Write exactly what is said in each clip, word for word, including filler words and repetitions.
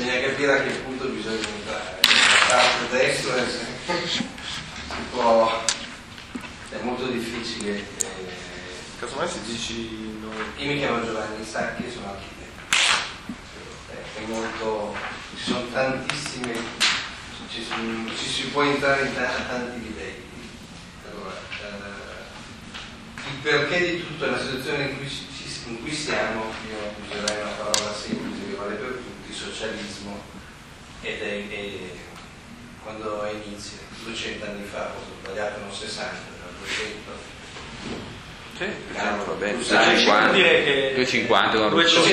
bisogna capire a che punto bisogna entrare. La parte destra si può, è molto difficile. Eh, Casomai se dici no. Io mi chiamo Giovanni Sacchi e sono architetto. È molto, ci sono tantissime, ci, ci si può entrare in t- a tanti livelli. Allora, eh, il perché di tutto è una situazione in cui, ci, in cui siamo, io userei una parola semplice che vale per tutti, socialismo, ed è, è quando inizia, duecento anni fa, ho sbagliato, non sessanta, duecento. Sì, diciamo, va bene, duecentocinquanta, duecentocinquanta,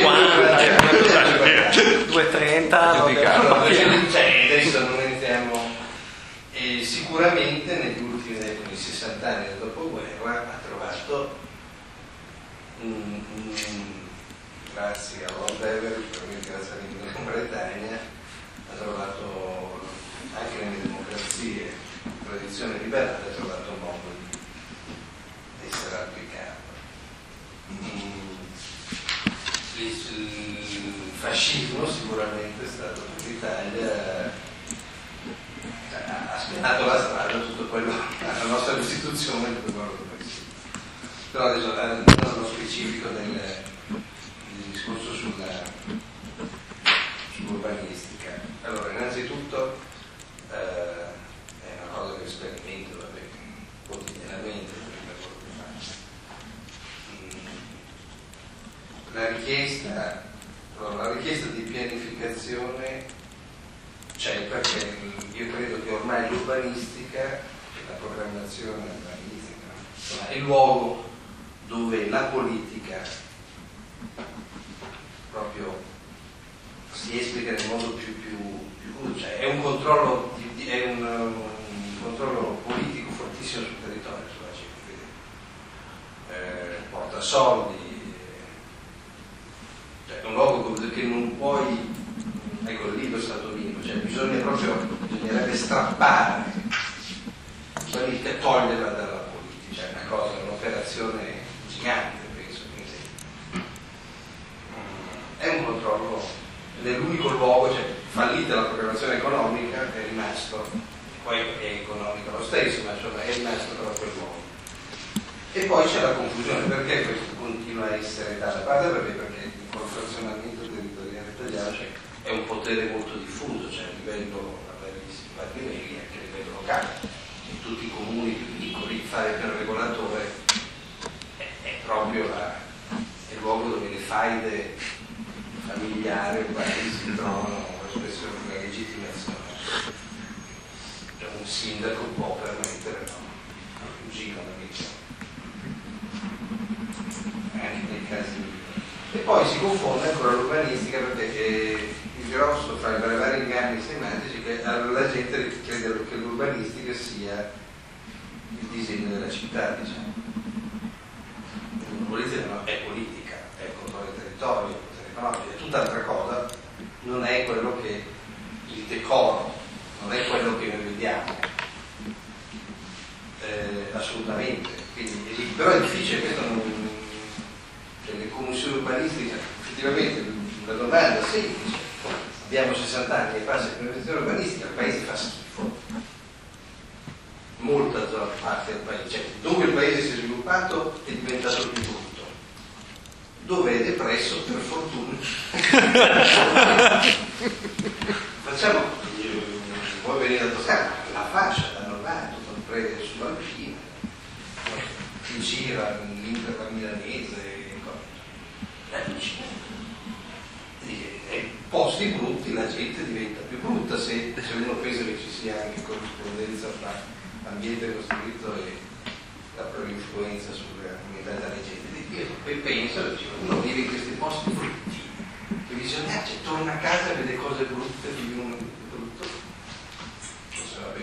duecentotrenta, adesso non entriamo. E sicuramente negli ultimi nei sessanta anni del dopoguerra ha trovato, mm, mm, grazie a Lord Beverly, grazie alla Gran Bretagna, ha trovato anche nelle democrazie, tradizione liberale, ha trovato un modo di essere applicato. Il fascismo sicuramente è stato per l'Italia, ha spianato la strada a tutto quello, alla nostra Costituzione, tutto quello che è. Però adesso non nello specifico del, del discorso sulla, sull'urbanistica. Allora, innanzitutto eh, è una cosa che sperimento vabbè, quotidianamente per il lavoro che faccio. La richiesta, la richiesta di pianificazione c'è perché io credo che ormai l'urbanistica, la programmazione urbanistica, è il luogo dove la politica proprio si esplica nel modo più più, più cioè è un controllo di, è un, un controllo politico fortissimo sul territorio, sulla città, eh, porta soldi. È un luogo che non puoi, ecco lì lo stato vivo, cioè bisogna proprio, bisognerebbe strappare, politica, toglierla dalla politica, cioè è una cosa, un'operazione gigante, penso, quindi è un controllo, ed è l'unico luogo, cioè fallita la programmazione economica, è rimasto, poi è economica lo stesso, ma insomma è rimasto però quel luogo. E poi c'è la confusione, perché questo continua a essere tale? Parte perché, perché il frazionamento territoriale italiano cioè, è un potere molto diffuso, cioè a livello, a vari livelli, anche a livello locale. In tutti i comuni più piccoli fare per regolatore è, è proprio la, è il luogo dove le faide familiari urbane si trovano l'espressione della legittimazione. Cioè, un sindaco può permettere no, un cugino, un amico. Anche nei casi e poi si confonde ancora l'urbanistica perché eh, il grosso fra i vari inganni semantici che la gente crede che l'urbanistica sia il disegno della città, diciamo. L'urbanistica no, è politica, è il controllo del territorio, è economico, è tutt'altra cosa, non è quello che il decoro, non è quello che noi vediamo, eh, assolutamente. Quindi, però è difficile, questo non le commissioni urbanistiche, effettivamente una domanda semplice, abbiamo sessanta anni e passa la pianificazione urbanistica, il paese fa schifo, molta parte del paese, cioè dove il paese si è sviluppato è diventato più brutto, dove è depresso per fortuna facciamo vuoi venire da Toscana, la fascia da Normanto, sull'Alpina, si gira l'Inter la milanese, la vicina. E posti brutti la gente diventa più brutta se, se uno pensa che ci sia anche corrispondenza tra ambiente costruito e la propria influenza sulla comunità della gente. Io poi penso che uno vive in questi posti brutti e bisogna, cioè, torna a casa e vede cose brutte, vive un brutto. Forse vabbè,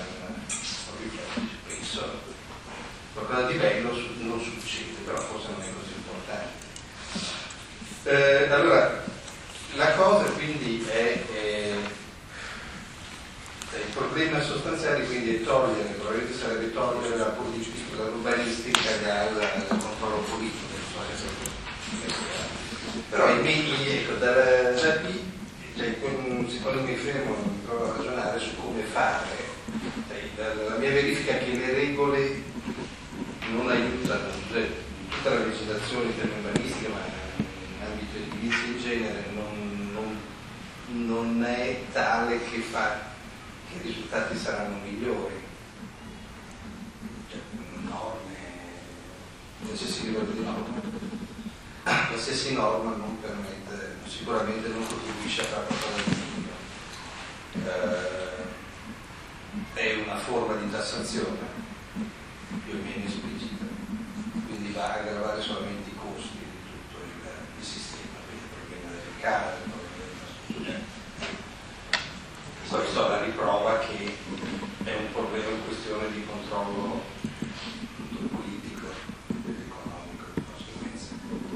penso qualcosa di bello non succede, però forse non è così importante. Eh, allora, la cosa quindi è, è, è il problema sostanziale, quindi è togliere, probabilmente sarebbe togliere la politica, l'urbanistica dal, dal controllo politico. Però i meni, ecco, da, da lì cioè, quando mi fermo mi provo a ragionare su come fare, cioè, la, la mia verifica è che le regole non aiutano, cioè, tutta la legislazione urbanistica, ma in ambito edilizio in genere, non, non, non è tale che fa che i risultati saranno migliori. Cioè, norme, qualsiasi livello di norma, qualsiasi norma non permette, sicuramente non contribuisce a fare qualcosa di meglio. Eh, è una forma di tassazione più o meno esplicita, quindi va a aggravare solamente i costi di tutto il, il sistema, quindi il problema delle case, il problema della struttura. Questo la riprova che è un problema in questione di controllo politico ed economico di conseguenza.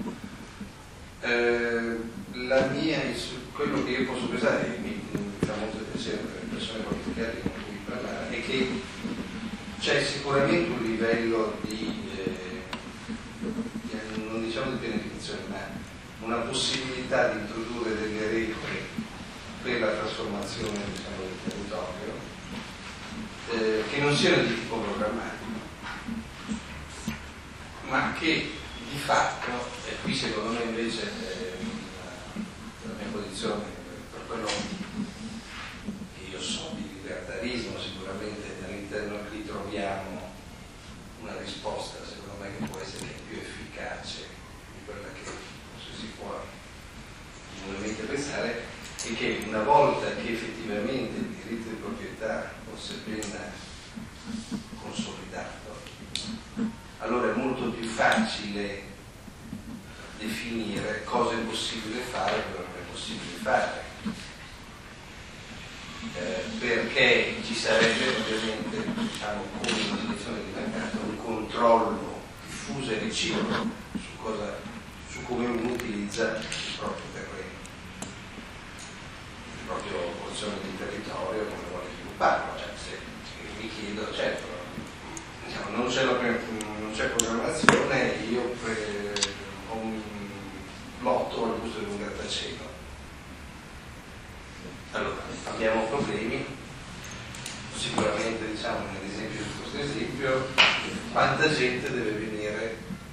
Eh, la mia, quello che io posso pensare, e mi, mi fa molto piacere per le persone qualificate con cui parlare, è che c'è sicuramente un livello di, eh, di non diciamo di pianificazione, ma una possibilità di introdurre delle regole per la trasformazione, diciamo, del territorio, eh, che non siano di tipo programmatico, ma che di fatto, e qui secondo me invece eh, la, la mia posizione, per quello che io so di libertarismo, sicuramente all'interno qui troviamo una risposta, secondo me, che può essere più efficace di quella che forse si può comunemente pensare, e che una volta che effettivamente il diritto di proprietà fosse ben consolidato, allora è molto più facile definire cosa è possibile fare e cosa non è possibile fare, eh, perché ci sarebbe ovviamente, diciamo, come una situazione di mercato, un controllo diffuso e reciproco su, cosa, su come uno utilizza il proprio terreno, il proprio porzione di territorio, come vuole svilupparlo. Cioè, se mi chiedo, certo, diciamo, non c'è, la, non c'è programmazione, io pre, ho un lotto al gusto di un grattacielo. Allora, abbiamo problemi, sicuramente, diciamo, nell'esempio di questo esempio, quanta gente deve venire,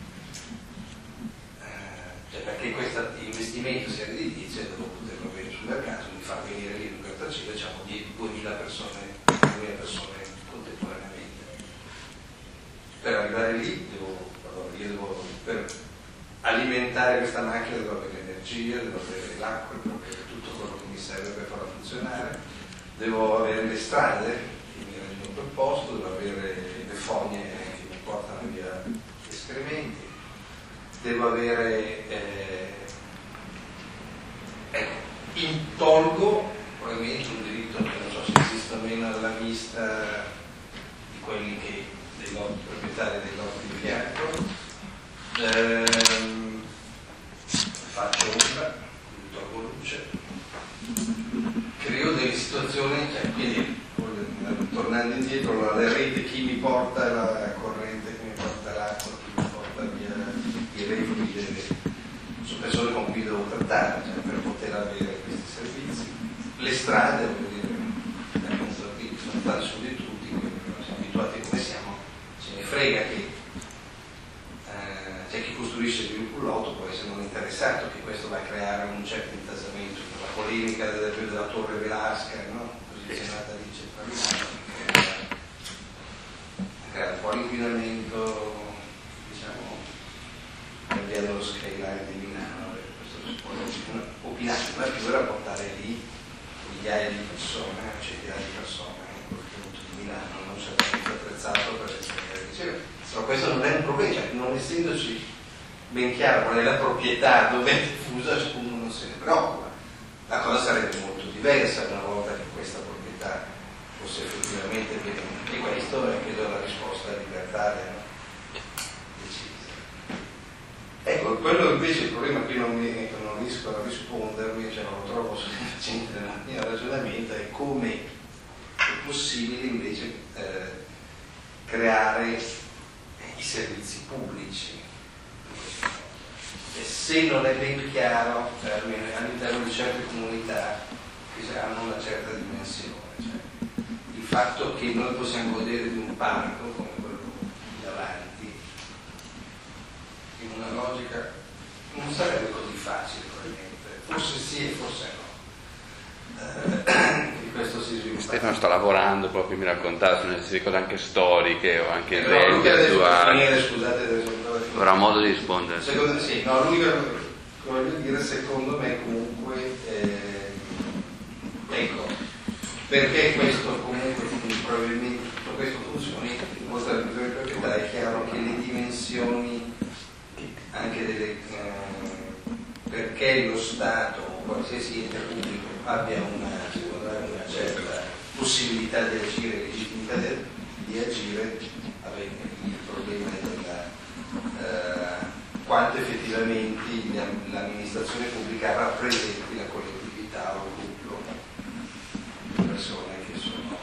eh, cioè perché questo investimento sia redditizio devo poterlo avere sul mercato, mi fa venire lì un grattacielo, diciamo duemila persone, duemila persone contemporaneamente. Per arrivare lì devo, allora, io devo, per alimentare questa macchina devo avere energia, devo avere l'acqua, devo avere tutto quello che mi serve per farla funzionare, devo avere le strade che mi raggiungono quel posto, devo avere le fogne che mi portano via gli escrementi, devo avere eh, ecco, intolgo probabilmente un diritto che non so se esiste o meno alla vista di quelli che dei lotti, proprietari dei lotti di fianco. Ehm, faccio ombra, tolgo luce, creo delle situazioni, cioè, quindi tornando indietro, la rete, chi mi porta la corrente, chi mi porta l'acqua, chi mi porta via i reflui, delle, sono persone con cui devo trattare, cioè, per poter avere questi servizi. Le strade, voglio dire, sono state su di tutti, quindi siamo abituati come siamo, ce ne frega che c'è chi costruisce un lotto, può essere non interessato, che questo va a creare un certo intasamento. La polemica della, della torre Velasca, no? Così è nata lì centrale, crea un po' l'inquinamento, diciamo, cambiando lo skyline di Milano, questo si può opinare, ma più era portare lì migliaia di persone, centinaia di persone, nel contenuto di Milano, non certamente attrezzato per essere ricevuto. Però questo non è un problema, cioè, non essendoci ben chiaro qual è la proprietà, dove è diffusa, uno non se ne preoccupa. La cosa sarebbe molto diversa una volta che questa proprietà fosse effettivamente bene. E questo è, credo, la risposta libertaria, no? Decisa. Ecco, quello invece il problema qui non, mi, non riesco a rispondermi, cioè non lo trovo soddisfacente nel mio ragionamento, è come è possibile invece eh, creare i servizi pubblici. E se non è ben chiaro, almeno all'interno di certe comunità, hanno una certa dimensione, cioè, il fatto che noi possiamo godere di un parco come quello davanti in una logica non sarebbe così facile probabilmente, forse sì e forse no, eh, questo si sviluppa. Stefano sta lavorando proprio, mi raccontava su cose anche storiche o anche no, eventi attuali. finire, scusate, adesso, avrà modo di rispondere. Secondo, sì, no, l'unica voglio dire, secondo me comunque eh, ecco, perché questo comunque probabilmente tutto questo funzioni in questa revisione di proprietà, è chiaro che le dimensioni anche delle eh, perché lo Stato o qualsiasi ente pubblico abbia una, secondo me, una certa possibilità di agire, legittimità di, di agire, avere il problema della eh, quanto effettivamente l'amministrazione pubblica rappresenti la collettività o il gruppo di persone che sono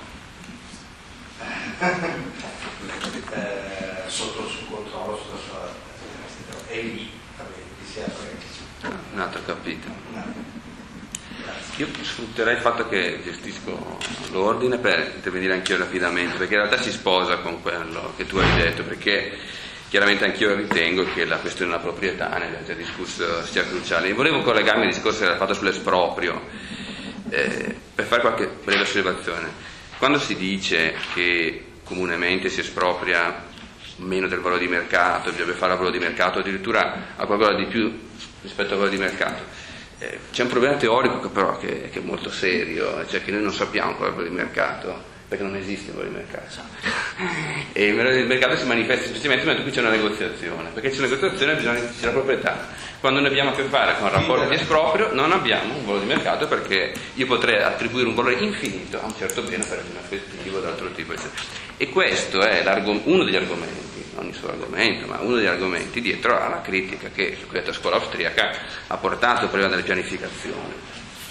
eh, sotto il suo controllo, sotto la sua e lì vabbè, si apre un altro capitolo. no. Io sfrutterei il fatto che gestisco l'ordine per intervenire anch'io rapidamente, perché in realtà si sposa con quello che tu hai detto, perché chiaramente anch'io ritengo che la questione della proprietà, ne abbiamo già discusso, sia cruciale. E volevo collegarmi al discorso che era fatto sull'esproprio, eh, per fare qualche breve osservazione. Quando si dice che comunemente si espropria meno del valore di mercato, bisogna fare il valore di mercato, addirittura a qualcosa di più rispetto al valore di mercato, eh, c'è un problema teorico che però che, che è molto serio, cioè che noi non sappiamo qual è il valore di mercato, perché non esiste il valore di mercato. E il valore di mercato si manifesta semplicemente quando qui c'è una negoziazione, perché c'è una negoziazione bisogna che ci sia la proprietà. Quando noi abbiamo a che fare con rapporti di esproprio non abbiamo un valore di mercato, perché io potrei attribuire un valore infinito a un certo bene per ragione affettivo, d'altro tipo, eccetera. E questo è uno degli argomenti, non il suo argomento, ma uno degli argomenti dietro alla critica che la cosiddetta scuola austriaca ha portato prima delle pianificazioni.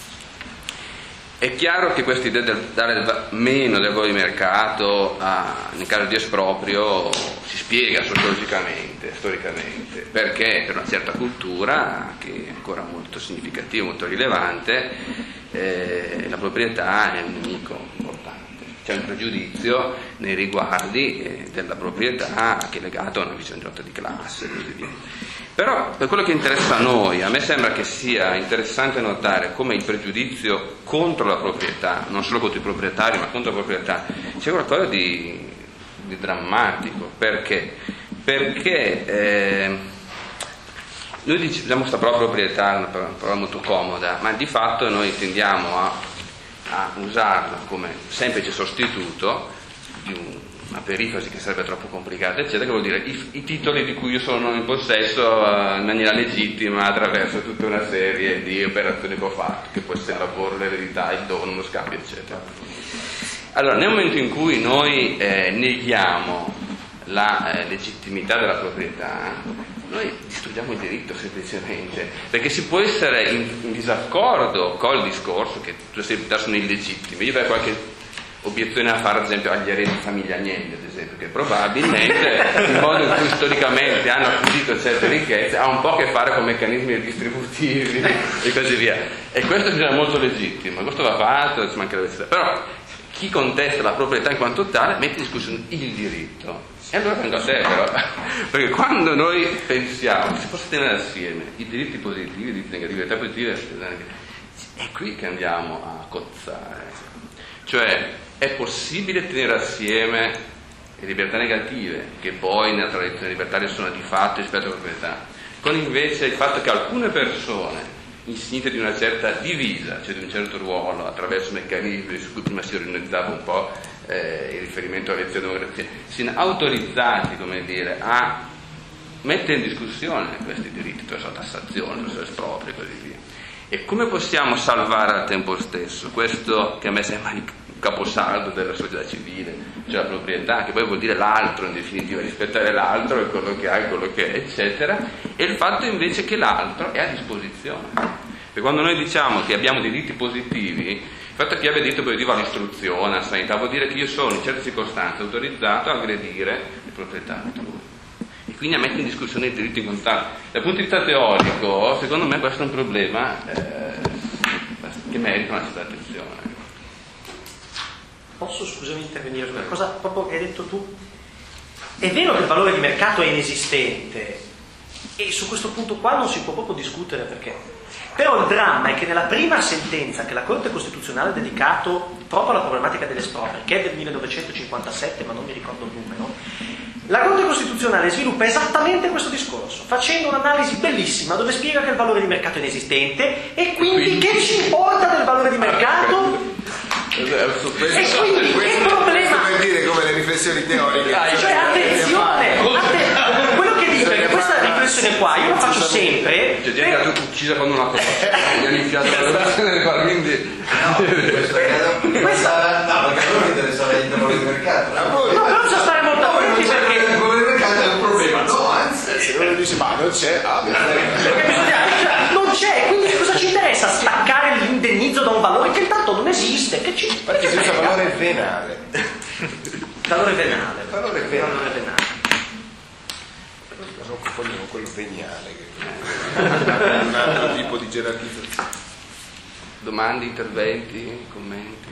È chiaro che questa idea di dare meno del valore di mercato a, nel caso di esproprio si spiega sociologicamente, storicamente, perché per una certa cultura, che è ancora molto significativa, molto rilevante, eh, la proprietà è un nemico importante. C'è un pregiudizio nei riguardi eh, della proprietà che è legato a una visione di lotta di classe e così via. Però per quello che interessa a noi, a me sembra che sia interessante notare come il pregiudizio contro la proprietà, non solo contro i proprietari ma contro la proprietà, c'è qualcosa di, di drammatico. Perché? Perché eh, noi diciamo questa parola proprietà è una parola molto comoda, ma di fatto noi tendiamo a, a usarla come semplice sostituto di un una perifrasi che sarebbe troppo complicata, eccetera, che vuol dire i, i titoli di cui io sono in possesso uh, in maniera legittima attraverso tutta una serie di operazioni che ho fatto, che può essere il lavoro, l'eredità, il dono, lo scambio, eccetera. Allora, nel momento in cui noi eh, neghiamo la eh, legittimità della proprietà, noi distruggiamo il diritto semplicemente, perché si può essere in, in disaccordo col discorso che tutte le proprietà sono illegittime. Io avrei qualche obiezione a fare ad esempio agli eredi di famiglia Agnelli, ad esempio, che probabilmente il modo in cui storicamente hanno acquisito certe ricchezze ha un po' a che fare con meccanismi distributivi e così via, e questo è molto legittimo, questo va fatto, ci mancherebbe. Però chi contesta la proprietà in quanto tale mette in discussione il diritto. E allora vengo a te però, perché quando noi pensiamo che si possa tenere assieme i diritti positivi, i diritti negativi, le libertà positive, è qui che andiamo a cozzare. Cioè è possibile tenere assieme le libertà negative, che poi nella tradizione libertaria sono di fatto rispetto alla proprietà, con invece il fatto che alcune persone, insignite di una certa divisa, cioè di un certo ruolo, attraverso meccanismi su cui prima si organizzava un po' eh, il riferimento alla lezione democrazia, siano autorizzati, come dire, a mettere in discussione questi diritti, attraverso la tassazione, attraverso l'esproprio e così via. E come possiamo salvare al tempo stesso questo che a me sembra il caposaldo della società civile, cioè la proprietà, che poi vuol dire l'altro in definitiva, rispettare l'altro e quello che ha e quello che è, eccetera, e il fatto invece che l'altro è a disposizione. Perché quando noi diciamo che abbiamo diritti positivi, il fatto che io abbia diritto positivo all'istruzione, alla sanità, vuol dire che io sono in certe circostanze autorizzato a aggredire le proprietà altrui. E quindi a mettere in discussione i diritti in contatto. Dal punto di vista teorico, secondo me questo è un problema eh, che meritano la nostra attenzione. Posso, scusami, intervenire su una cosa proprio che hai detto tu? È vero che il valore di mercato è inesistente e su questo punto qua non si può proprio discutere, perché però il dramma è che nella prima sentenza che la Corte Costituzionale ha dedicato proprio alla problematica dell'esproprio, che è del millenovecentocinquantasette ma non mi ricordo il numero, la Corte Costituzionale sviluppa esattamente questo discorso, facendo un'analisi bellissima dove spiega che il valore di mercato è inesistente e quindi che ci importa del valore di mercato? E quindi che problema? Per dire come le riflessioni teoriche. Cioè attenzione, atten- quello che dico è che questa riflessione qua io la faccio sempre. C'è gente che è uccisa con una cosa, mi hanno infiato la relazione, quindi questa no, perché a noi interessava il valore di mercato. No, però bisogna stare molto attenti perché il valore di mercato è un problema, no, anzi, se uno dice ma non c'è, ah, perché bisogna, non c'è, quindi cosa ci interessa staccare l'indennizzo da un valore che intanto non esiste? Che ci perché si usa valore venale. Valore venale. Valore venale. Valore venale. Non confondiamo con quello veniale, che è un altro tipo di gerarchizzazione. domande, interventi, commenti?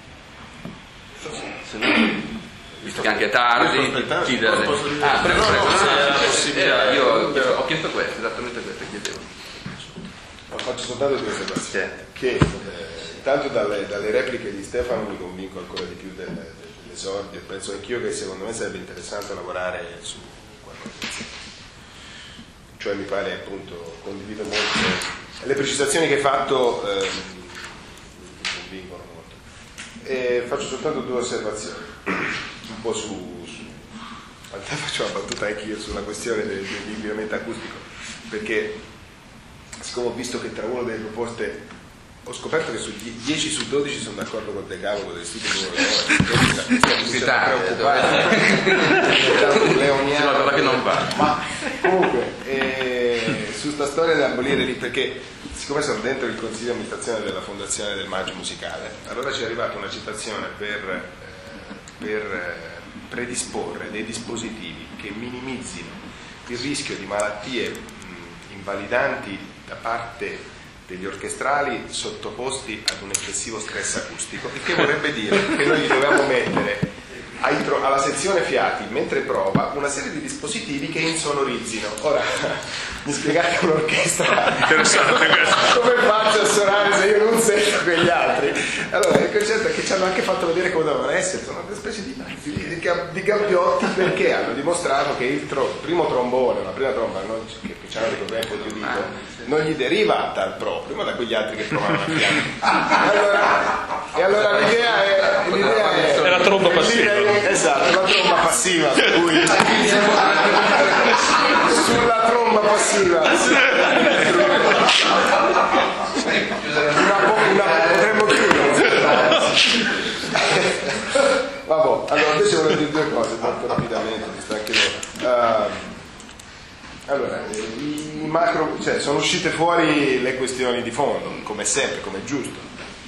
Se no, visto che anche è tardi, chiedere. Ah, prego, prego. No, io ho chiesto questo, esattamente questo chiedevo. Faccio soltanto due osservazioni. Che eh, tanto dalle, dalle repliche di Stefano mi convinco ancora di più del, dell'esordio. Penso anch'io che secondo me sarebbe interessante lavorare su qualcosa. Cioè mi pare appunto, condivido molto le precisazioni che hai fatto, eh, mi convincono molto. E faccio soltanto due osservazioni, un po' su, su in realtà faccio una battuta anch'io sulla questione del, dell'inquinamento acustico, perché siccome ho visto che tra una delle proposte ho scoperto che su dieci su dodici sono d'accordo con De Cavo con l'istituto numero Si preoccupare leoniano che non va. Ma comunque eh, su sta storia di abolire lì, perché siccome sono dentro il consiglio di amministrazione della fondazione del Maggio Musicale, allora ci è arrivata una citazione per, eh, per eh, predisporre dei dispositivi che minimizzino il rischio di malattie mh, invalidanti da parte degli orchestrali sottoposti ad un eccessivo stress acustico, il che vorrebbe dire che noi gli dovevamo mettere ai tro- alla sezione fiati, mentre prova, una serie di dispositivi che insonorizzino. Ora, mi spiegate un'orchestra come faccio a suonare se io non sento quegli altri? Allora, il concetto è che ci hanno anche fatto vedere come dovevano essere, sono una specie di, di, di, di gabbiotti, perché hanno dimostrato che il tro- primo trombone, la prima tromba non, che, che hanno dei problemi con l'udito, non gli deriva dal proprio, ma da quegli altri che provano a fianco. Allora, e allora l'idea è, l'idea è, è la tromba passiva. È, esatto, la tromba passiva, per cui sulla tromba passiva una, una, potremmo chiudere. Vabbè, allora invece volevo dire due cose molto rapidamente, mi sta anche l'ora. Uh, Allora, i macro, cioè, sono uscite fuori le questioni di fondo, come sempre, come è giusto.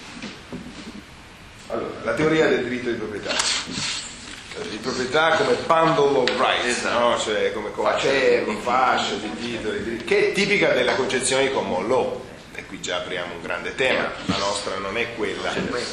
Allora, la teoria del diritto di proprietà. Di proprietà come bundle of rights, esatto. No? Cioè come coacervo, fascia di titoli, che è tipica della concezione di common law. E qui già apriamo un grande tema, la nostra non è quella.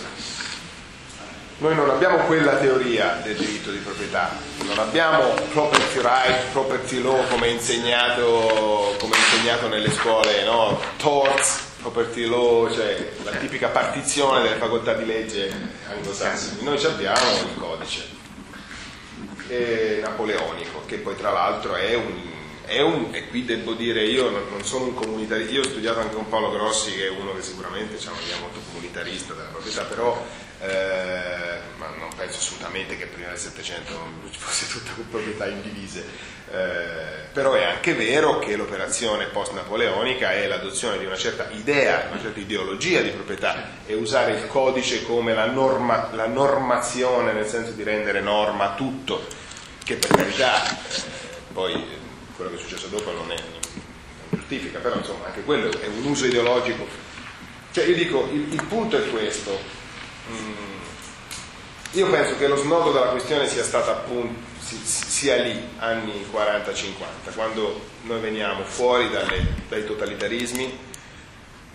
Noi non abbiamo quella teoria del diritto di proprietà, non abbiamo property right, property law come insegnato, come insegnato nelle scuole, no? Torts, property law, cioè la tipica partizione delle facoltà di legge anglosassoni. Noi abbiamo il codice eh, napoleonico, che poi tra l'altro è un, è un, e qui devo dire, io non, non sono un comunitarista, io ho studiato anche con Paolo Grossi, che è uno che sicuramente ha un'idea molto comunitarista della proprietà, però Eh, ma non penso assolutamente che prima del Settecento non ci fosse tutta proprietà indivise, eh, però è anche vero che l'operazione post-napoleonica è l'adozione di una certa idea, una certa ideologia di proprietà e usare il codice come la, norma, la normazione, nel senso di rendere norma tutto, che per carità eh, poi quello che è successo dopo non è non giustifica, però insomma anche quello è un uso ideologico. Cioè io dico, il, il punto è questo. Io penso che lo snodo della questione sia stato appunto sia lì, anni quaranta cinquanta, quando noi veniamo fuori dalle, dai totalitarismi,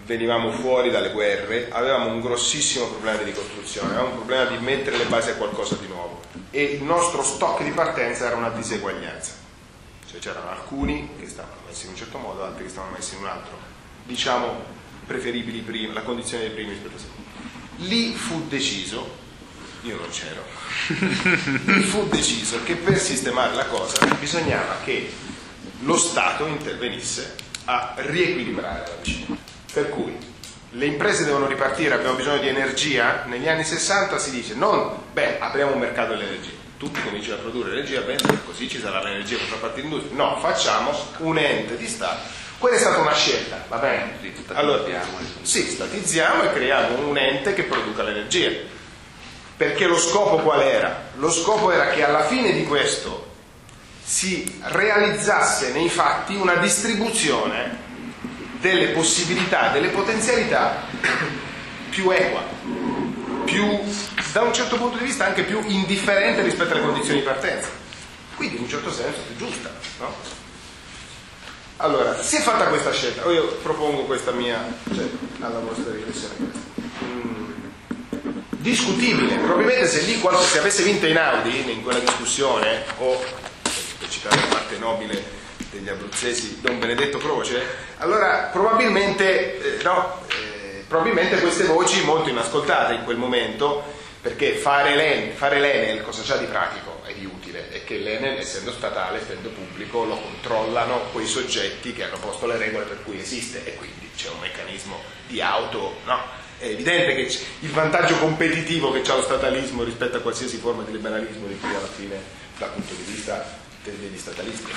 venivamo fuori dalle guerre, avevamo un grossissimo problema di ricostruzione, avevamo un problema di mettere le basi a qualcosa di nuovo e il nostro stock di partenza era una diseguaglianza, cioè c'erano alcuni che stavano messi in un certo modo, altri che stavano messi in un altro, diciamo preferibili prima, la condizione dei primi rispetto ai secondi. Lì fu deciso, io non c'ero, lì fu deciso che per sistemare la cosa bisognava che lo Stato intervenisse a riequilibrare la vicenda. Per cui le imprese devono ripartire, abbiamo bisogno di energia. Negli anni sessanta si dice non, beh, apriamo un mercato dell'energia, tutti cominciano a produrre energia, bene, così ci sarà l'energia per far partire l'industria. No, facciamo un ente di Stato. Quella è stata una scelta, va bene? Allora, sì, statizziamo e creiamo un ente che produca l'energia. Perché lo scopo qual era? Lo scopo era che alla fine di questo si realizzasse nei fatti una distribuzione delle possibilità, delle potenzialità più equa, più, da un certo punto di vista anche più indifferente rispetto alle condizioni di partenza, quindi in un certo senso più giusta, no? Allora, si è fatta questa scelta, io propongo questa mia, cioè, alla vostra riflessione, mm, discutibile, probabilmente se lì qualche, se avesse vinto Einaudi in quella discussione, o per citare la parte nobile degli abruzzesi, Don Benedetto Croce, allora probabilmente, eh, no, eh, probabilmente queste voci molto inascoltate in quel momento, perché fare l'Enel, fare l'Enel cosa c'ha di pratico e di utile? È che l'Enel, essendo statale, essendo pubblico, lo controllano quei soggetti che hanno posto le regole per cui esiste e quindi c'è un meccanismo di auto, no? È evidente che il vantaggio competitivo che c'ha lo statalismo rispetto a qualsiasi forma di liberalismo di cui alla fine, dal punto di vista degli statalisti.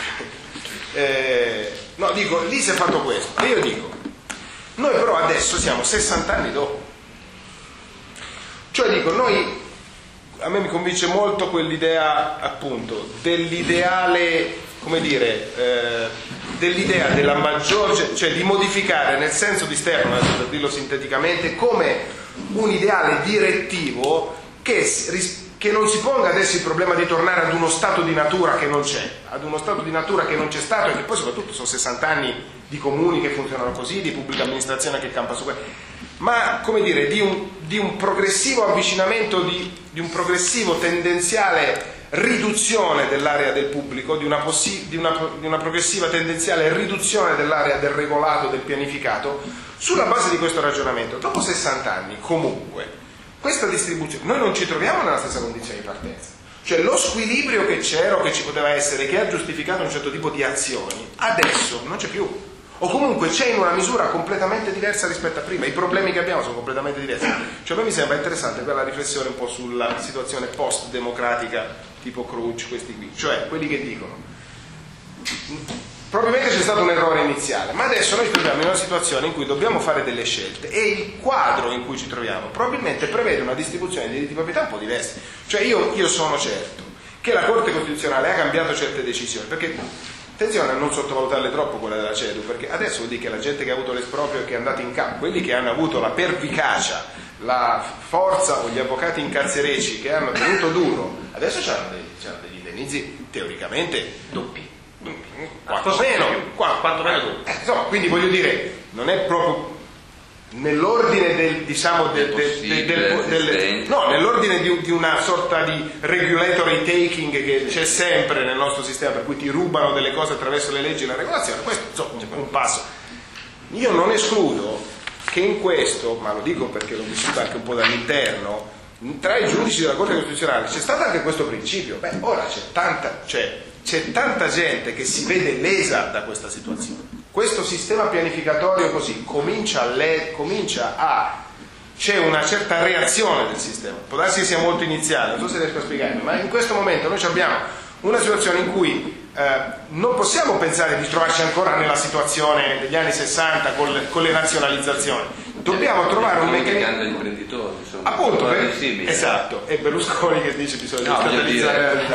Eh, no, dico, lì si è fatto questo. E io dico, noi però adesso siamo sessanta anni dopo. Cioè dico, noi, a me mi convince molto quell'idea, appunto, dell'ideale, come dire, eh, dell'idea della maggior, cioè di modificare nel senso di Stefano, per dirlo sinteticamente, come un ideale direttivo che che non si ponga adesso il problema di tornare ad uno stato di natura che non c'è, ad uno stato di natura che non c'è stato e che poi soprattutto sono sessanta anni di comuni che funzionano così, di pubblica amministrazione che campa su questo, ma come dire, di un, di un progressivo avvicinamento, di, di un progressivo tendenziale riduzione dell'area del pubblico, di una, possi- di, una, di una progressiva tendenziale riduzione dell'area del regolato, del pianificato, sulla base di questo ragionamento. Dopo sessanta anni comunque questa distribuzione, noi non ci troviamo nella stessa condizione di partenza, cioè lo squilibrio che c'era o che ci poteva essere, che ha giustificato un certo tipo di azioni, adesso non c'è più, o comunque c'è in una misura completamente diversa rispetto a prima, i problemi che abbiamo sono completamente diversi. Cioè a me mi sembra interessante quella riflessione un po' sulla situazione post-democratica tipo Crouch, questi qui, cioè quelli che dicono probabilmente c'è stato un errore iniziale, ma adesso noi ci troviamo in una situazione in cui dobbiamo fare delle scelte e il quadro in cui ci troviamo probabilmente prevede una distribuzione di diritti di proprietà un po' diversa. Cioè io, io sono certo che la Corte Costituzionale ha cambiato certe decisioni, perché attenzione a non sottovalutarle troppo quella della CEDU, perché adesso vuol dire che la gente che ha avuto l'esproprio e che è andata in campo, quelli che hanno avuto la pervicacia, la forza o gli avvocati incazzerecci che hanno tenuto duro, adesso c'hanno dei, c'hanno degli indennizi teoricamente doppi. Quanto meno, quanto meno tu. Eh, insomma, quindi voglio dire, non è proprio nell'ordine del, diciamo, del, del, del, del, del no, nell'ordine di, di una sorta di regulatory taking che c'è sempre nel nostro sistema, per cui ti rubano delle cose attraverso le leggi e la regolazione. Questo insomma, è un passo. Io non escludo che in questo, ma lo dico perché l'ho vissuto anche un po' dall'interno, tra i giudici della Corte Costituzionale c'è stato anche questo principio. Beh, ora c'è tanta, cioè, c'è tanta gente che si vede lesa da questa situazione. Questo sistema pianificatorio così comincia a, le, comincia a c'è una certa reazione del sistema. Può darsi che sia molto iniziale, non so se riesco a spiegarmi, ma in questo momento noi abbiamo una situazione in cui eh, non possiamo pensare di trovarci ancora nella situazione degli anni sessanta con le, con le nazionalizzazioni. Dobbiamo trovare un meccanismo. Gli imprenditori, insomma, appunto, per... esatto, e Berlusconi che dice bisogna no, statalizzare la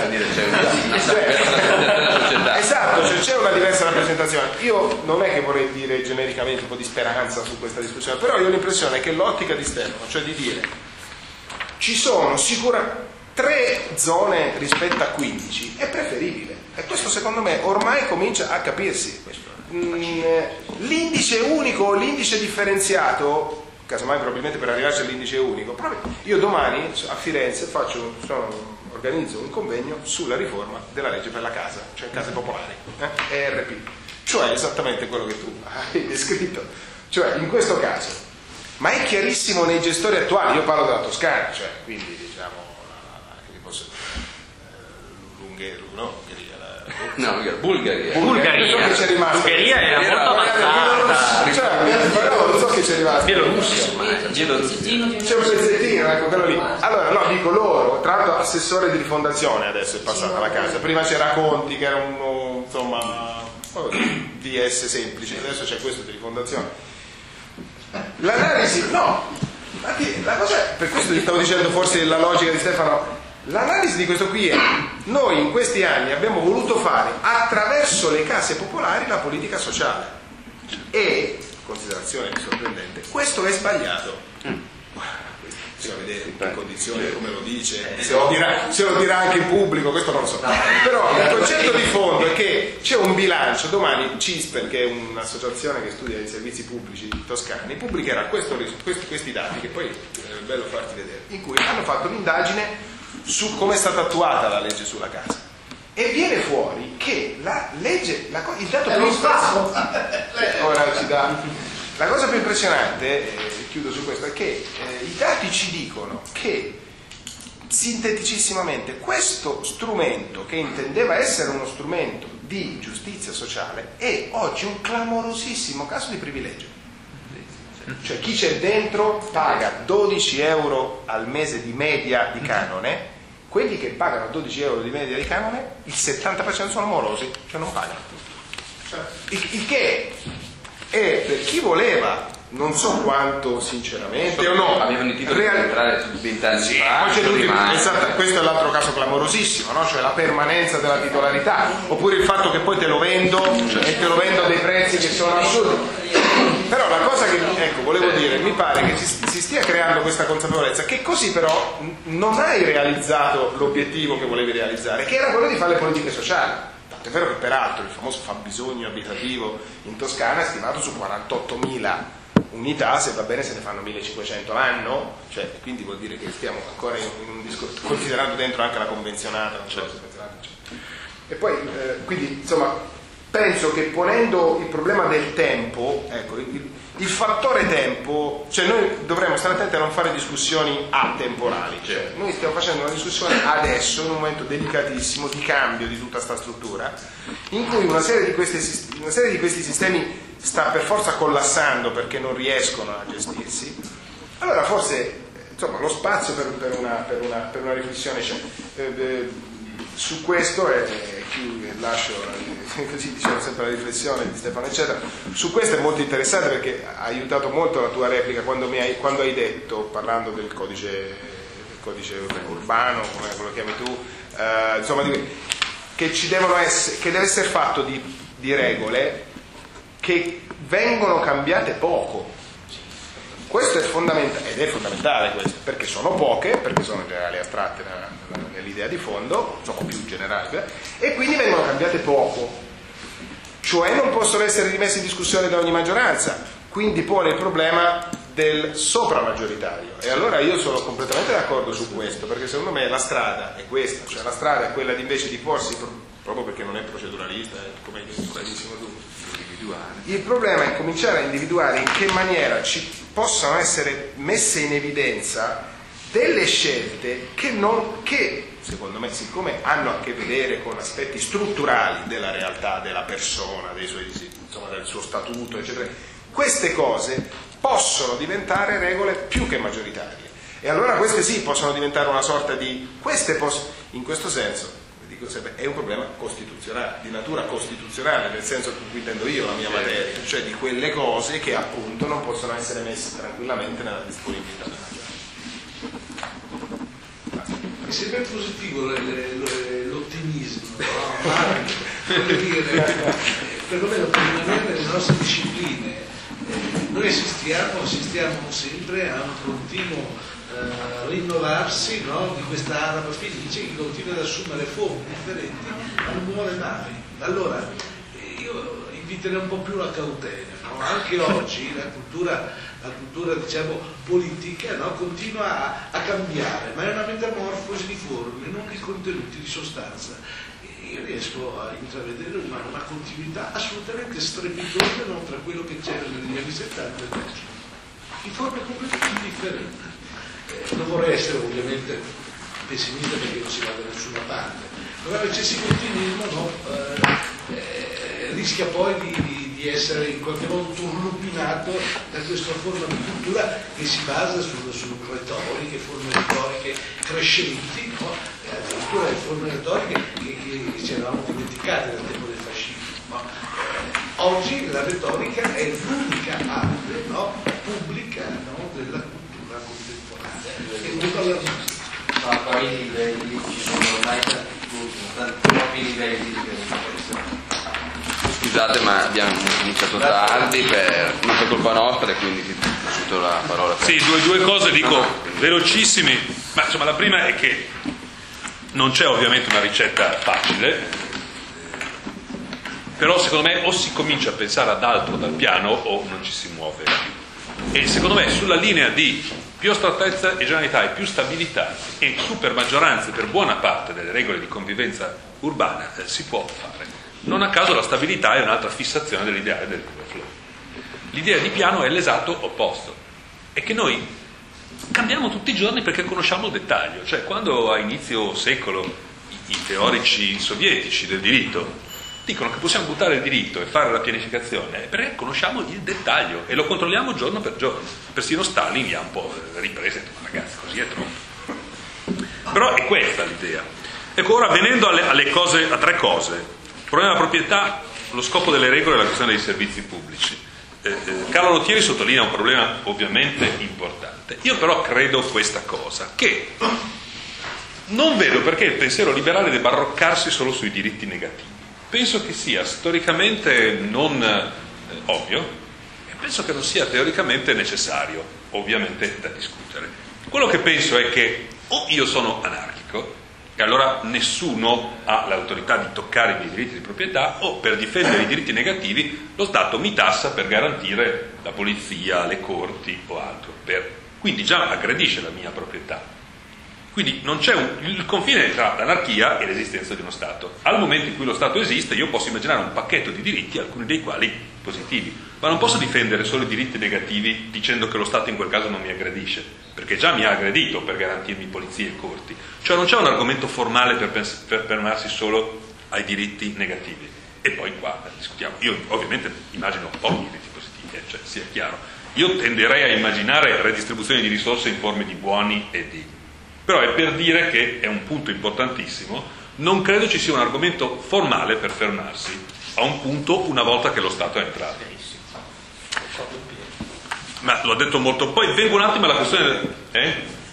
società. Esatto, cioè c'è una diversa rappresentazione. Io non è che vorrei dire genericamente un po' di speranza su questa discussione, però io ho l'impressione che l'ottica di Stefano, cioè di dire ci sono sicuramente tre zone rispetto a quindici, è preferibile. E questo secondo me ormai comincia a capirsi. Questo. mh, l'indice unico, l'indice differenziato, casomai probabilmente per arrivarci all'indice unico, proprio io domani a Firenze faccio, sono, organizzo un convegno sulla riforma della legge per la casa, cioè case popolari, eh? E R P, cioè esattamente quello che tu hai descritto, cioè in questo caso, ma è chiarissimo nei gestori attuali, io parlo della Toscana, cioè quindi diciamo che posso, eh, l'Ungheria, no? No, Bulgaria. Bulgaria. Che c'è rimasto. Bulgaria era molto avanzata. Cioè, non so che c'è rimasto. Bielorussia. C'è un pezzettino, ecco quello lì. Allora, no, dico loro, tra l'altro assessore di rifondazione adesso è passata alla casa. Prima c'era Conti che era uno, insomma, D S semplice, adesso c'è questo di rifondazione. L'analisi, no, ma che, la cosa è, per questo ti stavo dicendo forse la logica di Stefano. L'analisi di questo qui è: noi in questi anni abbiamo voluto fare attraverso le case popolari la politica sociale e, considerazione sorprendente, questo è sbagliato. Bisogna vedere in che condizioni, come lo dice, se lo, dirà, se lo dirà anche in pubblico, questo non lo so. Però il concetto di fondo è che c'è un bilancio, domani CISPEL, che è un'associazione che studia i servizi pubblici toscani, pubblicherà questo, questi, questi dati, che poi è bello farti vedere, in cui hanno fatto un'indagine su come è stata attuata la legge sulla casa e viene fuori che la legge, la, il dato più impressionante, ora ci dà, la cosa più impressionante, eh, chiudo su questo, è che eh, i dati ci dicono che sinteticissimamente questo strumento, che intendeva essere uno strumento di giustizia sociale, è oggi un clamorosissimo caso di privilegio. Cioè chi c'è dentro paga dodici euro al mese di media di canone, quelli che pagano dodici euro di media di canone, il settanta per cento sono morosi, cioè non pagano. Il, il che è per chi voleva, non so quanto sinceramente o no, avevano il titolo real... di entrare su vent'anni sì, fa, esatto, questo è l'altro caso clamorosissimo, no? Cioè la permanenza della titolarità, oppure il fatto che poi te lo vendo e te lo vendo a dei prezzi che sono assurdi. Però la cosa che, ecco, volevo dire, mi pare che si stia creando questa consapevolezza che così però non hai realizzato l'obiettivo che volevi realizzare, che era quello di fare le politiche sociali. Tanto è vero che peraltro il famoso fabbisogno abitativo in Toscana è stimato su quarantottomila unità, se va bene se ne fanno millecinquecento l'anno, cioè, quindi vuol dire che stiamo ancora in un discorso, considerando dentro anche la convenzionata, non so, cioè. E poi, eh, quindi, insomma, penso che ponendo il problema del tempo, ecco, il, il fattore tempo, cioè noi dovremmo stare attenti a non fare discussioni atemporali, cioè noi stiamo facendo una discussione adesso, in un momento delicatissimo di cambio di tutta sta struttura, in cui una serie di, questi, una serie di questi sistemi sta per forza collassando perché non riescono a gestirsi. Allora forse, insomma, lo spazio per, per, una, per, una, per una riflessione c'è. Eh, eh, su questo e eh, lascio eh, così diciamo sempre la riflessione di Stefano eccetera. Su questo è molto interessante perché ha aiutato molto la tua replica quando, mi hai, quando hai detto, parlando del codice, del codice urbano, come lo chiami tu, eh, insomma, che ci devono essere, che deve essere fatto di, di regole che vengono cambiate poco. Questo è fondamentale, ed è fondamentale questo, perché sono poche, perché sono generali astratte nell'idea di fondo, sono più generali, e quindi vengono cambiate poco, cioè non possono essere rimesse in discussione da ogni maggioranza, quindi pone il problema del sopramaggioritario. E allora io sono completamente d'accordo su questo, perché secondo me la strada è questa, cioè la strada è quella di invece di porsi, proprio perché non è proceduralista, come hai detto benissimo tu, il problema è cominciare a individuare in che maniera ci possano essere messe in evidenza delle scelte che, non, che secondo me, siccome hanno a che vedere con aspetti strutturali della realtà della persona, dei suoi, insomma, del suo statuto, eccetera, queste cose possono diventare regole più che maggioritarie. E allora queste sì possono diventare una sorta di... queste poss- in questo senso è un problema costituzionale, di natura costituzionale, nel senso in cui intendo io la mia materia, cioè di quelle cose che appunto non possono essere messe tranquillamente nella disponibilità della gente. Mi sembra positivo l'ottimismo, no? Ma voglio dire, perlomeno per rimanere nelle nostre discipline, noi assistiamo, assistiamo sempre a un continuo Uh, rinnovarsi, no, di questa araba felice che continua ad assumere forme differenti ma non muore mai. Allora io in di tenere un po' più la cautela, no? Anche oggi la cultura, la cultura diciamo, politica, no? Continua a, a cambiare, ma è una metamorfosi di forme, non di contenuti, di sostanza. E io riesco a intravedere una, una continuità assolutamente strepitosa, no? Tra quello che c'era negli anni settanta e oggi, in forme completamente differenti. Eh, non vorrei essere ovviamente pessimista perché non si va da nessuna parte, però l'eccessivo ottimismo, no? eh, eh, rischia poi di, di, di essere in qualche modo turlupinato da questa forma di cultura che si basa su, su retoriche, forme retoriche crescenti, no? E addirittura forme retoriche che, che ci eravamo dimenticate dal tempo del fascismo. No? Eh, oggi la retorica è l'unica arte, no? Pubblica, no? Della cultura contemporanea, è molto allarmante. Ma a quali livelli ci sono ormai tanti, troppi livelli di pensiero. Scusate, ma abbiamo cominciato tardi, per, non per colpa nostra, e quindi ti ho lasciato la parola. Per... Sì, due, due cose dico velocissimi, ma insomma la prima è che non c'è ovviamente una ricetta facile, però secondo me o si comincia a pensare ad altro dal piano o non ci si muove più. E secondo me sulla linea di più astrattezza e generalità e più stabilità e super maggioranze per buona parte delle regole di convivenza urbana eh, si può fare. Non a caso la stabilità è un'altra fissazione dell'ideale del flow. L'idea di piano è l'esatto opposto, è che noi cambiamo tutti i giorni perché conosciamo il dettaglio, cioè quando a inizio secolo i, i teorici sovietici del diritto dicono che possiamo buttare il diritto e fare la pianificazione perché conosciamo il dettaglio e lo controlliamo giorno per giorno. Persino Stalin li ha un po' riprese, ma ragazzi, così è troppo. Però è questa l'idea. Ecco, ora venendo alle, alle cose, a tre cose. Il problema della proprietà, lo scopo delle regole e la questione dei servizi pubblici. Eh, eh, Carlo Lottieri sottolinea un problema ovviamente importante. Io però credo questa cosa, che non vedo perché il pensiero liberale debba arroccarsi solo sui diritti negativi. Penso che sia storicamente non eh, ovvio e penso che non sia teoricamente necessario, ovviamente da discutere. Quello che penso è che o io sono anarchico e allora nessuno ha l'autorità di toccare i miei diritti di proprietà, o per difendere i diritti negativi lo Stato mi tassa per garantire la polizia, le corti o altro, per... quindi già aggredisce la mia proprietà. Quindi non c'è un, il confine tra l'anarchia e l'esistenza di uno Stato. Al momento in cui lo Stato esiste io posso immaginare un pacchetto di diritti, alcuni dei quali positivi, ma non posso difendere solo i diritti negativi dicendo che lo Stato in quel caso non mi aggredisce, perché già mi ha aggredito per garantirmi polizie e corti. Cioè non c'è un argomento formale per, pens- per fermarsi solo ai diritti negativi. E poi qua discutiamo. Io ovviamente immagino pochi diritti positivi, eh, cioè sia chiaro. Io tenderei a immaginare redistribuzione di risorse in forme di buoni e di... Però è per dire che è un punto importantissimo, non credo ci sia un argomento formale per fermarsi a un punto una volta che lo Stato è entrato. Ma l'ho detto molto, poi vengo un attimo alla questione... Eh?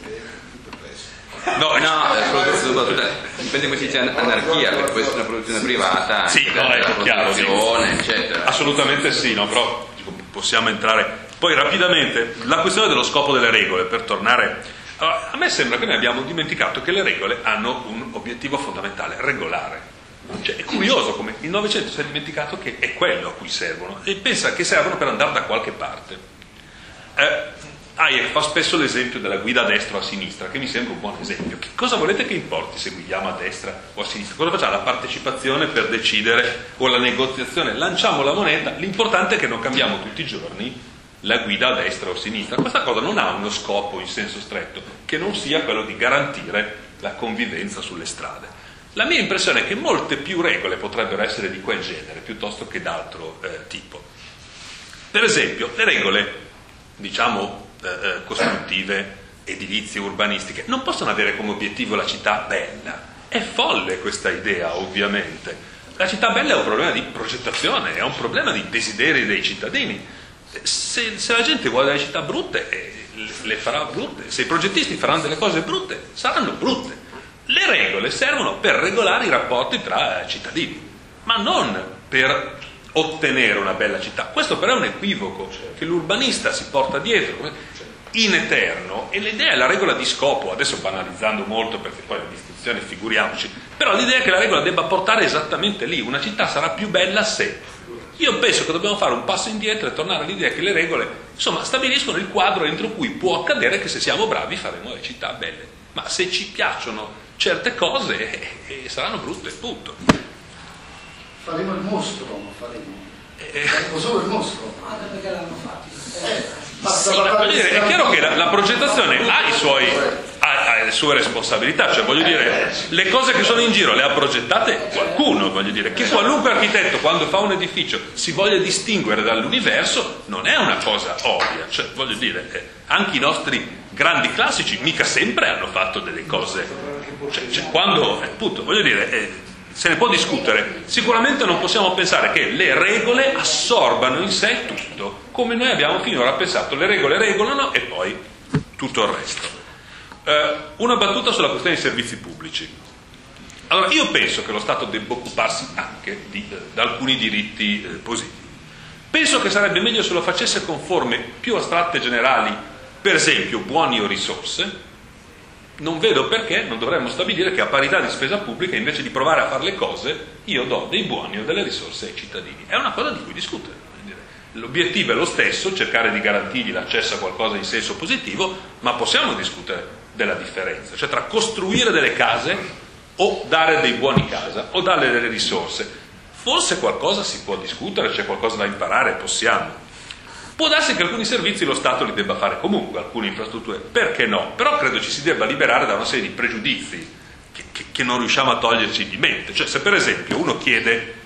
No, no, soprattutto dipende come si dice anarchia, perché può essere una produzione privata, sì, no, è la chiaro, sì. eccetera. Assolutamente sì, no, però possiamo entrare... Poi rapidamente, la questione dello scopo delle regole, per tornare... Allora, a me sembra che noi abbiamo dimenticato che le regole hanno un obiettivo fondamentale, regolare. Cioè, è curioso come il Novecento si è dimenticato che è quello a cui servono e pensa che servono per andare da qualche parte. Eh, Hayek fa spesso l'esempio della guida a destra o a sinistra, che mi sembra un buon esempio. Che cosa volete che importi se guidiamo a destra o a sinistra? Cosa facciamo? La partecipazione per decidere o la negoziazione? Lanciamo la moneta, l'importante è che non cambiamo tutti i giorni la guida a destra o a sinistra. Questa cosa non ha uno scopo in senso stretto che non sia quello di garantire la convivenza sulle strade. La mia impressione è che molte più regole potrebbero essere di quel genere piuttosto che d'altro eh, tipo. Per esempio, le regole, diciamo, eh, costruttive, edilizie, urbanistiche, non possono avere come obiettivo la città bella. È folle questa idea, ovviamente. La città bella è un problema di progettazione, è un problema di desideri dei cittadini. Se, se la gente vuole delle città brutte, eh, le, le farà brutte. Se i progettisti faranno delle cose brutte, saranno brutte. Le regole servono per regolare i rapporti tra cittadini, ma non per ottenere una bella città. Questo però è un equivoco che l'urbanista si porta dietro in eterno, e l'idea è la regola di scopo, adesso banalizzando molto perché poi la distinzione figuriamoci, però l'idea è che la regola debba portare esattamente lì. Una città sarà più bella se Io penso che dobbiamo fare un passo indietro e tornare all'idea che le regole, insomma, stabiliscono il quadro entro cui può accadere che se siamo bravi faremo le città belle, ma se ci piacciono certe cose eh, eh, saranno brutte, punto. Faremo il mostro, faremo. Eh, Faremo solo il mostro. Guarda perché l'hanno fatto. Eh, Sì, ma voglio dire, è chiaro che la, la progettazione ha, i suoi, ha, ha le sue responsabilità, cioè voglio dire, le cose che sono in giro le ha progettate qualcuno, voglio dire, che qualunque architetto quando fa un edificio si voglia distinguere dall'universo non è una cosa ovvia, cioè voglio dire, eh, anche i nostri grandi classici mica sempre hanno fatto delle cose, cioè, cioè quando, eh, appunto, voglio dire, eh, se ne può discutere, sicuramente non possiamo pensare che le regole assorbano in sé tutto, come noi abbiamo finora pensato, le regole regolano e poi tutto il resto. Eh, una battuta sulla questione dei servizi pubblici. Allora, io penso che lo Stato debba occuparsi anche di, eh, di alcuni diritti eh, positivi. Penso che sarebbe meglio se lo facesse con forme più astratte e generali, per esempio buoni o risorse. Non vedo perché non dovremmo stabilire che a parità di spesa pubblica, invece di provare a fare le cose, io do dei buoni o delle risorse ai cittadini. È una cosa di cui discutere. L'obiettivo è lo stesso, cercare di garantirgli l'accesso a qualcosa in senso positivo, ma possiamo discutere della differenza, cioè tra costruire delle case o dare dei buoni casa o dare delle risorse. Forse qualcosa si può discutere, c'è qualcosa da imparare, possiamo. Può darsi che alcuni servizi lo Stato li debba fare comunque, alcune infrastrutture, perché no? Però credo ci si debba liberare da una serie di pregiudizi che, che, che non riusciamo a toglierci di mente. Cioè, se per esempio uno chiede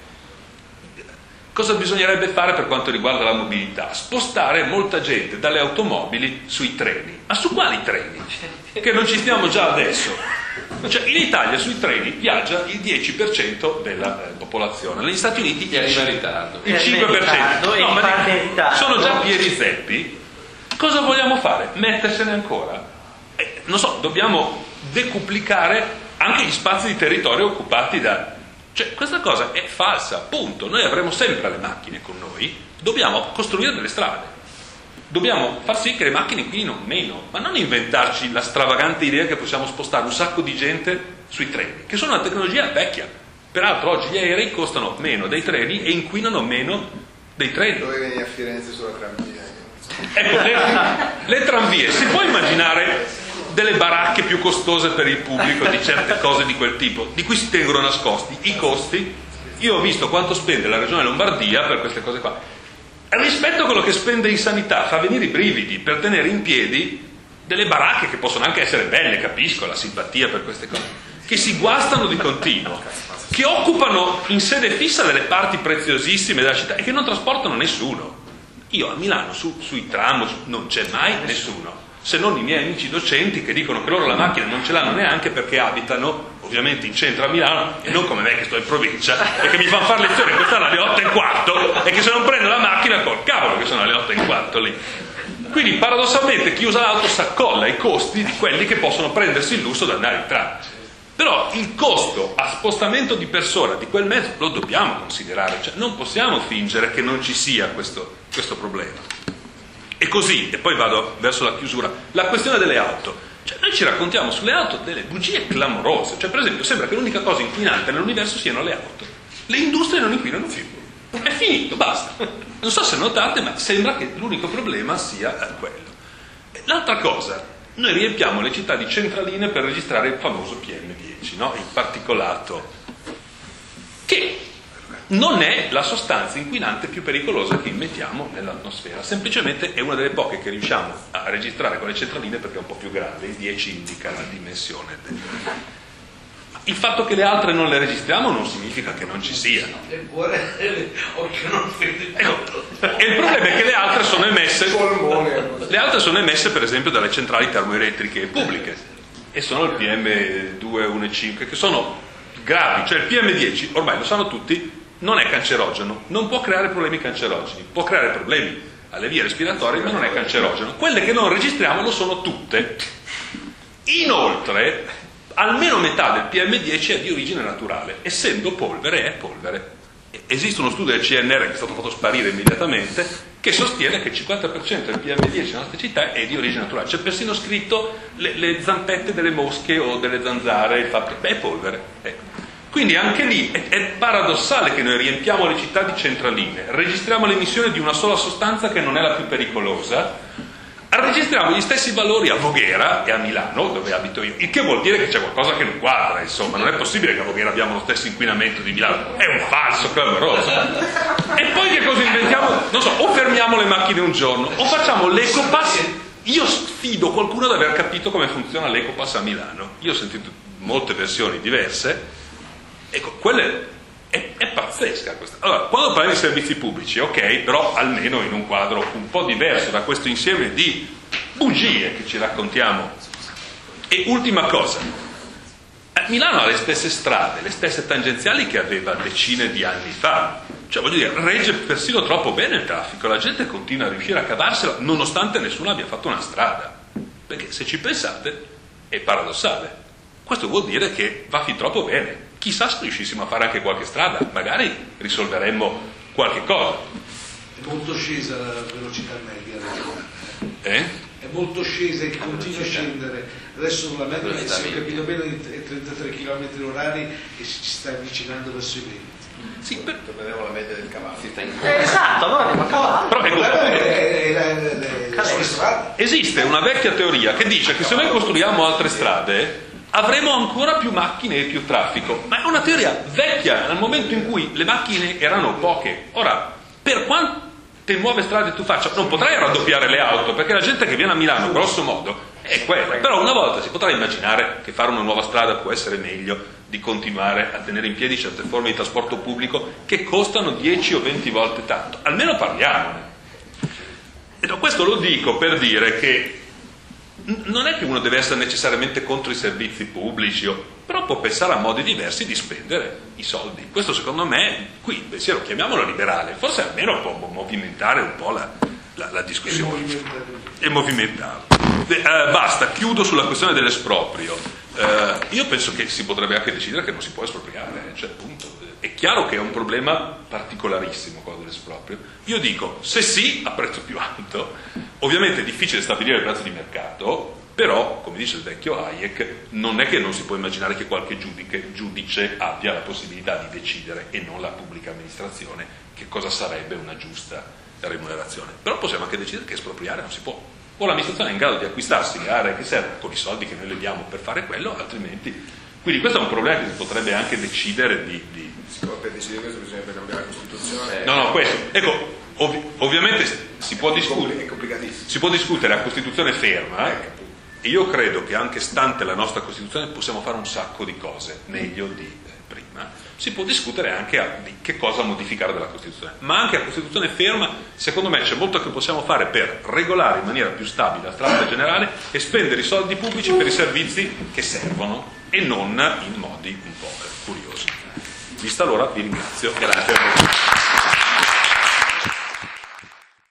cosa bisognerebbe fare per quanto riguarda la mobilità, spostare molta gente dalle automobili sui treni. Ma su quali treni? Che non ci stiamo già adesso. Cioè, in Italia sui treni viaggia il dieci per cento della eh, popolazione, negli Stati Uniti Chi arriva in ritardo. il cinque per cento. E No, ma parte in dico, ritardo. sono già pieni zeppi. Cosa vogliamo fare? Mettersene ancora? Eh, non so, dobbiamo decuplicare anche gli spazi di territorio occupati da... Cioè, questa cosa è falsa, punto. Noi avremo sempre le macchine con noi, dobbiamo costruire delle strade. Dobbiamo far sì che le macchine inquinino meno, ma non inventarci la stravagante idea che possiamo spostare un sacco di gente sui treni, che sono una tecnologia vecchia. Peraltro oggi gli aerei costano meno dei treni e inquinano meno dei treni. Dove vieni a Firenze sulla tranvia? Ecco, le, le tranvie, si può immaginare delle baracche più costose per il pubblico di certe cose di quel tipo, di cui si tengono nascosti i costi? Io ho visto quanto spende la regione Lombardia per queste cose qua. Rispetto a quello che spende in sanità, fa venire i brividi per tenere in piedi delle baracche che possono anche essere belle, capisco la simpatia per queste cose, che si guastano di continuo, che occupano in sede fissa delle parti preziosissime della città e che non trasportano nessuno. Io a Milano su, sui tram non c'è mai nessuno, se non i miei amici docenti che dicono che loro la macchina non ce l'hanno neanche perché abitano ovviamente in centro a Milano e non come me che sto in provincia e che mi fanno fare lezione quest'anno alle otto e un quarto e che se non prendo la macchina col cavolo che sono alle otto e un quarto lì. Quindi paradossalmente chi usa l'auto s'accolla i costi di quelli che possono prendersi il lusso di andare in tram. Però il costo a spostamento di persona di quel mezzo lo dobbiamo considerare, cioè non possiamo fingere che non ci sia questo, questo problema. E così, e poi vado verso la chiusura, la questione delle auto. Cioè, noi ci raccontiamo sulle auto delle bugie clamorose. Cioè, per esempio, sembra che l'unica cosa inquinante nell'universo siano le auto. Le industrie non inquinano più. È finito, basta. Non so se notate, ma sembra che l'unico problema sia quello. L'altra cosa, noi riempiamo le città di centraline per registrare il famoso P M dieci, no? Il particolato, che non è la sostanza inquinante più pericolosa che immettiamo nell'atmosfera, semplicemente è una delle poche che riusciamo a registrare con le centraline perché è un po' più grande, il dieci indica la dimensione del... Il fatto che le altre non le registriamo non significa che non ci siano. Le buone o che non vede. Ecco, e il problema è che le altre sono emesse le altre sono emesse per esempio dalle centrali termoelettriche pubbliche e sono il P M due, uno e cinque che sono gravi, cioè il P M dieci ormai lo sanno tutti, non è cancerogeno, non può creare problemi cancerogeni, può creare problemi alle vie respiratorie ma non è cancerogeno. Quelle che non registriamo lo sono tutte. Inoltre almeno metà del P M dieci è di origine naturale, essendo polvere è polvere. Esiste uno studio del C N R che è stato fatto sparire immediatamente che sostiene che il cinquanta per cento del P M dieci nelle nostre città è di origine naturale. C'è persino scritto le, le zampette delle mosche o delle zanzare, il fatto beh, è polvere, ecco. Quindi anche lì è, è paradossale che noi riempiamo le città di centraline, registriamo l'emissione di una sola sostanza che non è la più pericolosa, registriamo gli stessi valori a Voghera e a Milano, dove abito io, il che vuol dire che c'è qualcosa che non quadra, insomma, non è possibile che a Voghera abbiamo lo stesso inquinamento di Milano, è un falso clamoroso. E poi che cosa inventiamo? Non so, o fermiamo le macchine un giorno, o facciamo l'ecopass. Io sfido qualcuno ad aver capito come funziona l'ecopass a Milano. Io ho sentito molte versioni diverse. Ecco, quella è, è, è pazzesca questa. Allora, quando parliamo di servizi pubblici, ok, però almeno in un quadro un po' diverso da questo insieme di bugie che ci raccontiamo. E ultima cosa, Milano ha le stesse strade, le stesse tangenziali che aveva decine di anni fa. Cioè, voglio dire, regge persino troppo bene il traffico, la gente continua a riuscire a cavarsela nonostante nessuno abbia fatto una strada. Perché se ci pensate è paradossale. Questo vuol dire che va fin troppo bene. Chissà se riuscissimo a fare anche qualche strada, magari risolveremmo qualche cosa. È molto scesa la velocità media regionale. Eh? È molto scesa e continua a scendere. Adesso la media, se ho capito bene, è trentatré chilometri orari e ci sta avvicinando verso i venti. Sì, per... torneremo alla media del cavallo. Eh, esatto, allora andiamo a cavallo. Però ecco, È la sua strada. esiste una vecchia teoria che dice che se noi costruiamo altre strade avremo ancora più macchine e più traffico, ma è una teoria vecchia nel momento in cui le macchine erano poche. Ora, per quante nuove strade tu faccia, non potrai raddoppiare le auto, perché la gente che viene a Milano, grosso modo, è quella. Però una volta si potrà immaginare che fare una nuova strada può essere meglio di continuare a tenere in piedi certe forme di trasporto pubblico che costano dieci o venti volte tanto. Almeno parliamone. E questo lo dico per dire che non è che uno deve essere necessariamente contro i servizi pubblici, però può pensare a modi diversi di spendere i soldi. Questo secondo me, qui il pensiero, chiamiamolo liberale, forse almeno può movimentare un po' la, la, la discussione. E movimentare. Eh, basta, chiudo sulla questione dell'esproprio. Eh, io penso che si potrebbe anche decidere che non si può espropriare, cioè appunto. È chiaro che è un problema particolarissimo quello dell'esproprio. Io dico, se sì, a prezzo più alto. Ovviamente è difficile stabilire il prezzo di mercato, però, come dice il vecchio Hayek, non è che non si può immaginare che qualche giudice, giudice abbia la possibilità di decidere, e non la pubblica amministrazione, che cosa sarebbe una giusta remunerazione. Però possiamo anche decidere che espropriare non si può. O l'amministrazione è in grado di acquistarsi le aree che servono con i soldi che noi le diamo per fare quello, altrimenti... Quindi questo è un problema che si potrebbe anche decidere di... di... Per decidere questo bisognerebbe cambiare la Costituzione. No, no, questo. Ecco, ov- ovviamente si può discutere, è complicatissimo. si può discutere a Costituzione ferma, e io credo che anche stante la nostra Costituzione possiamo fare un sacco di cose meglio di eh, prima. Si può discutere anche a, di che cosa modificare della Costituzione, ma anche a Costituzione ferma secondo me c'è molto che possiamo fare per regolare in maniera più stabile la strada generale e spendere i soldi pubblici per i servizi che servono e non in modi un po' curiosi. Vista l'ora vi ringrazio. Grazie a voi.